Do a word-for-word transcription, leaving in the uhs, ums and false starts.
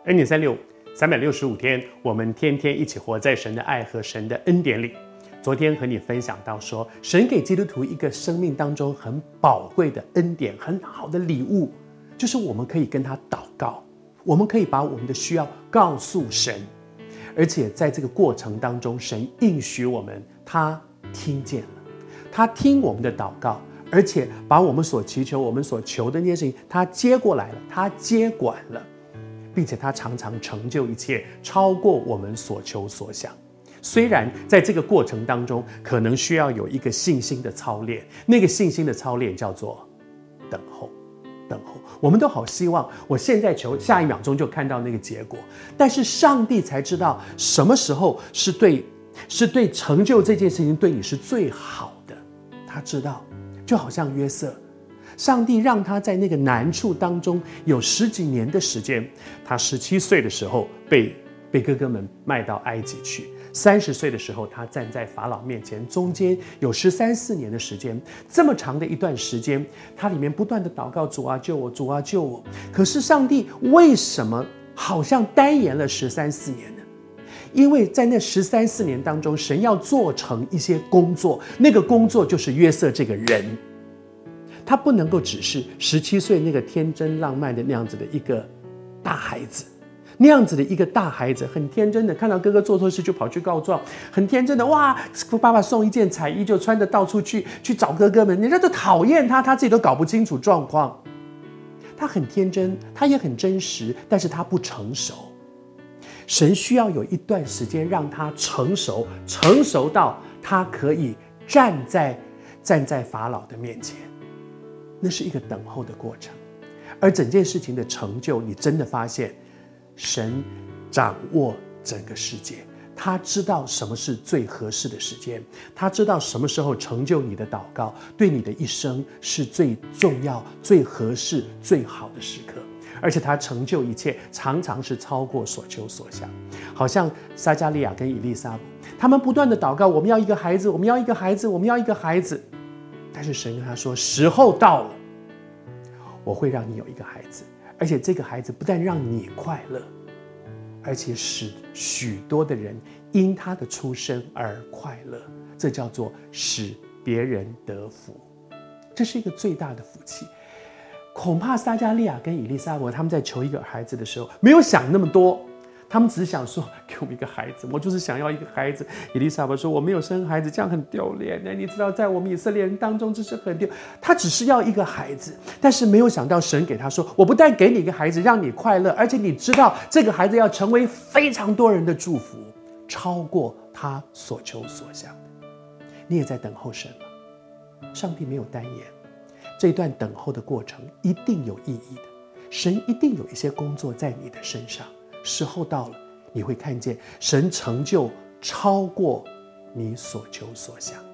恩典三六五，三百六十五天，我们天天一起活在神的爱和神的恩典里。昨天和你分享到说，神给基督徒一个生命当中很宝贵的恩典，很好的礼物，就是我们可以跟他祷告，我们可以把我们的需要告诉神，而且在这个过程当中，神应许我们，他听见了，他听我们的祷告，而且把我们所祈求、我们所求的那些事情，他接过来了，他接管了，并且他常常成就一切，超过我们所求所想。虽然在这个过程当中，可能需要有一个信心的操练，那个信心的操练叫做等候。等候，我们都好希望，我现在求，下一秒钟就看到那个结果。但是上帝才知道什么时候是对，是对成就这件事情对你是最好的。他知道，就好像约瑟，上帝让他在那个难处当中有十几年的时间。他十七岁的时候被被哥哥们卖到埃及去。三十岁的时候，他站在法老面前，中间有十三四年的时间，这么长的一段时间，他里面不断的祷告，主啊救我，主啊救我。可是上帝为什么好像耽延了十三四年呢？因为在那十三四年当中，神要做成一些工作，那个工作就是约瑟这个人，他不能够只是十七岁那个天真浪漫的那样子的一个大孩子。那样子的一个大孩子，很天真的看到哥哥做错事就跑去告状，很天真的哇，爸爸送一件彩衣就穿着到处去去找哥哥们，人家都讨厌他，他自己都搞不清楚状况。他很天真，他也很真实，但是他不成熟。神需要有一段时间让他成熟，成熟到他可以站在站在法老的面前。那是一个等候的过程，而整件事情的成就，你真的发现。神掌握整个世界，他知道什么是最合适的时间，他知道什么时候成就你的祷告，对你的一生是最重要、最合适、最好的时刻。而且他成就一切，常常是超过所求所想。好像撒迦利亚跟以利撒伯，他们不断的祷告，我们要一个孩子，我们要一个孩子，我们要一个孩子。但是神跟他说，时候到了，我会让你有一个孩子。而且这个孩子不但让你快乐，而且使许多的人因他的出生而快乐，这叫做使别人得福。这是一个最大的福气。恐怕撒迦利亚跟以利撒伯他们在求一个孩子的时候，没有想那么多，他们只想说，给我们一个孩子，我就是想要一个孩子。以利撒伯说，我没有生孩子，这样很丢脸，你知道在我们以色列人当中这是很丢。他只是要一个孩子，但是没有想到神给他说，我不但给你一个孩子让你快乐，而且你知道这个孩子要成为非常多人的祝福，超过他所求所想的。你也在等候神吗？上帝没有耽延，这段等候的过程一定有意义的，神一定有一些工作在你的身上。时候到了，你会看见神成就超过你所求所想。